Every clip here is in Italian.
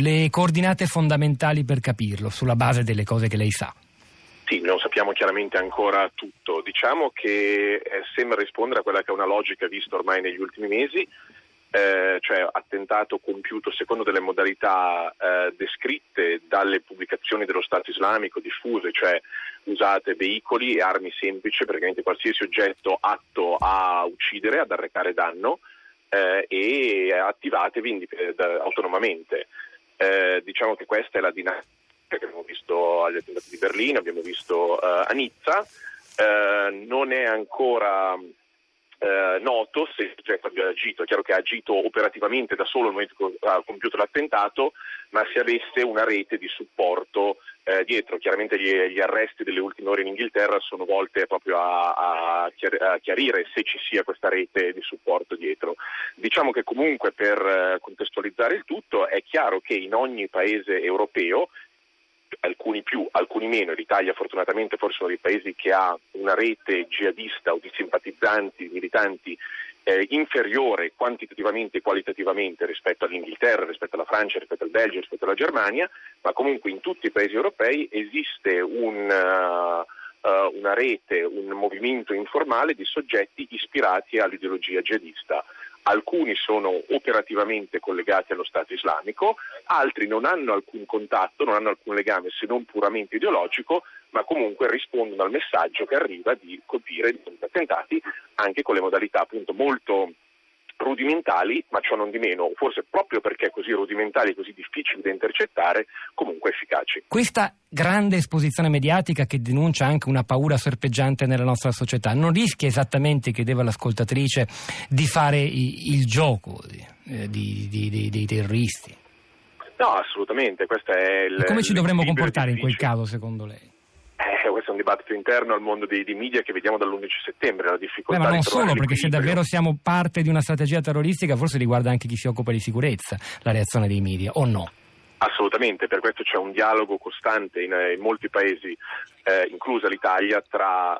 le coordinate fondamentali per capirlo, sulla base delle cose che lei sa. Sì, non sappiamo chiaramente ancora tutto. Diciamo che sembra rispondere a quella che è una logica vista ormai negli ultimi mesi, cioè attentato compiuto secondo delle modalità descritte dalle pubblicazioni dello Stato islamico diffuse, cioè usate veicoli e armi semplici, praticamente qualsiasi oggetto atto a uccidere, ad arrecare danno, e attivatevi autonomamente. Diciamo che questa è la dinamica che abbiamo visto agli attentati di Berlino, abbiamo visto a Nizza. Non è ancora noto se il soggetto abbia agito. È chiaro che ha agito operativamente da solo nel momento in cui ha compiuto l'attentato, ma se avesse una rete di supporto dietro. Chiaramente gli arresti delle ultime ore in Inghilterra sono volte proprio a chiarire se ci sia questa rete di supporto dietro. Diciamo che comunque, per contestualizzare il tutto, è chiaro che in ogni paese europeo, alcuni più, alcuni meno, l'Italia fortunatamente forse uno dei paesi che ha una rete jihadista o di simpatizzanti, militanti inferiore quantitativamente e qualitativamente rispetto all'Inghilterra, rispetto alla Francia, rispetto al Belgio, rispetto alla Germania, ma comunque in tutti i paesi europei esiste una rete, un movimento informale di soggetti ispirati all'ideologia jihadista. Alcuni sono operativamente collegati allo Stato islamico, altri non hanno alcun contatto, non hanno alcun legame se non puramente ideologico, ma comunque rispondono al messaggio che arriva di colpire gli attentati anche con le modalità appunto molto rudimentali, ma ciò non di meno, forse proprio perché così rudimentali e così difficili da intercettare, comunque efficaci. Questa grande esposizione mediatica, che denuncia anche una paura serpeggiante nella nostra società, non rischia esattamente, chiedeva l'ascoltatrice, di fare il gioco dei terroristi? No, assolutamente. Questa è come ci dovremmo comportare in quel caso, secondo lei? Questo è un dibattito interno al mondo dei media che vediamo dall'11 settembre, la difficoltà ma non di trovare solo, perché se l'equilibrio. davvero siamo parte di una strategia terroristica, forse riguarda anche chi si occupa di sicurezza, la reazione dei media, o no? Assolutamente, per questo c'è un dialogo costante in molti paesi, inclusa l'Italia, tra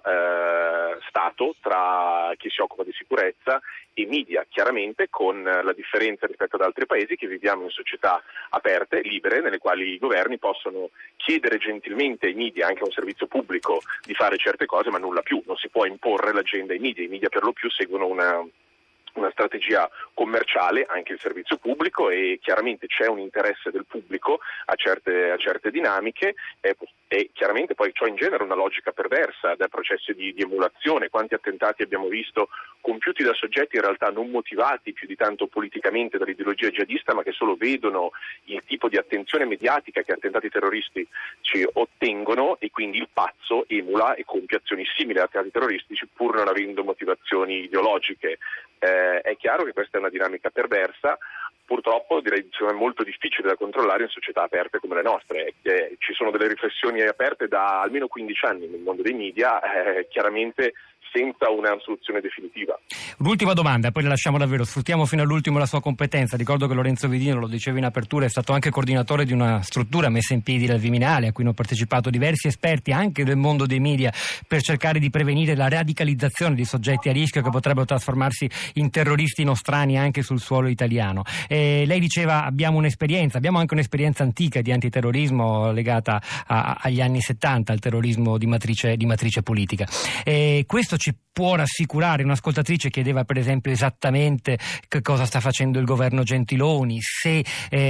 Stato, tra chi si occupa di sicurezza e media, chiaramente con la differenza rispetto ad altri paesi che viviamo in società aperte, libere, nelle quali i governi possono chiedere gentilmente ai media, anche a un servizio pubblico, di fare certe cose, ma nulla più. Non si può imporre l'agenda ai media. I media per lo più seguono una strategia commerciale, anche il servizio pubblico, e chiaramente c'è un interesse del pubblico a certe dinamiche e chiaramente poi ciò ingenera una logica perversa da processi di emulazione. Quanti attentati abbiamo visto compiuti da soggetti in realtà non motivati più di tanto politicamente dall'ideologia jihadista, ma che solo vedono il tipo di attenzione mediatica che attentati terroristi ci ottengono, e quindi il pazzo emula e compie azioni simili a attentati terroristici pur non avendo motivazioni ideologiche. È chiaro che questa è una dinamica perversa, purtroppo direi molto difficile da controllare in società aperte come le nostre. Ci sono delle riflessioni aperte da almeno 15 anni nel mondo dei media, chiaramente senza una soluzione definitiva. Un'ultima domanda, poi la lasciamo davvero, sfruttiamo fino all'ultimo la sua competenza. Ricordo che Lorenzo Vidino, lo diceva in apertura, è stato anche coordinatore di una struttura messa in piedi dal Viminale, a cui hanno partecipato diversi esperti anche del mondo dei media, per cercare di prevenire la radicalizzazione di soggetti a rischio che potrebbero trasformarsi in terroristi nostrani anche sul suolo italiano. Lei diceva abbiamo anche un'esperienza antica di antiterrorismo legata agli anni 70, al terrorismo di matrice politica. Questo ci può rassicurare? Un'ascoltatrice chiedeva per esempio esattamente che cosa sta facendo il governo Gentiloni, se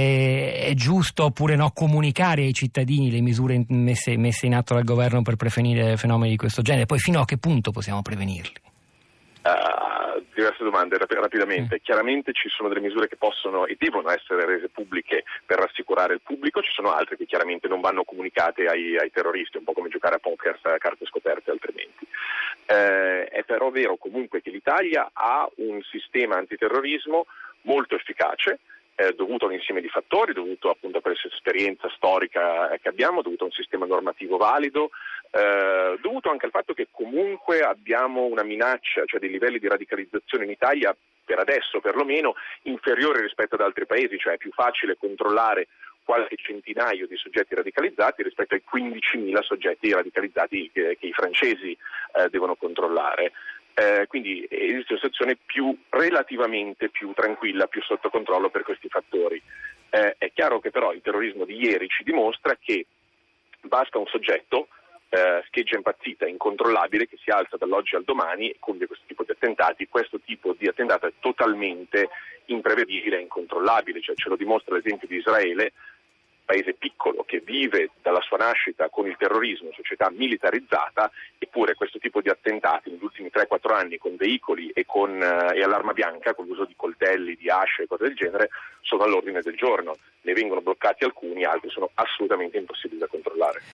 è giusto oppure no comunicare ai cittadini le misure messe in atto dal governo per prevenire fenomeni di questo genere. Poi fino a che punto possiamo prevenirli? Diverse domande rapidamente. Chiaramente ci sono delle misure che possono e devono essere rese pubbliche per rassicurare il pubblico, ci sono altre che chiaramente non vanno comunicate ai terroristi, un po' come giocare a poker a carte scoperte altrimenti. È però vero comunque che l'Italia ha un sistema antiterrorismo molto efficace, dovuto a un insieme di fattori, dovuto appunto a questa esperienza storica che abbiamo, dovuto a un sistema normativo valido, dovuto anche al fatto che comunque abbiamo una minaccia, cioè dei livelli di radicalizzazione in Italia, per adesso perlomeno, inferiori rispetto ad altri paesi, cioè è più facile controllare qualche centinaio di soggetti radicalizzati rispetto ai 15.000 soggetti radicalizzati che i francesi devono controllare. Quindi esiste una situazione relativamente più tranquilla, più sotto controllo per questi fattori. È chiaro che però il terrorismo di ieri ci dimostra che basta un soggetto scheggia impazzita, incontrollabile, che si alza dall'oggi al domani e compie questo tipo di attentati. Questo tipo di attentato è totalmente imprevedibile e incontrollabile, cioè ce lo dimostra l'esempio di Israele, paese piccolo che vive dalla sua nascita con il terrorismo, società militarizzata, eppure questo tipo di attentati negli ultimi 3-4 anni con veicoli e all'arma bianca, con l'uso di coltelli, di asce e cose del genere, sono all'ordine del giorno. Ne vengono bloccati alcuni, altri sono assolutamente impossibili da controllare.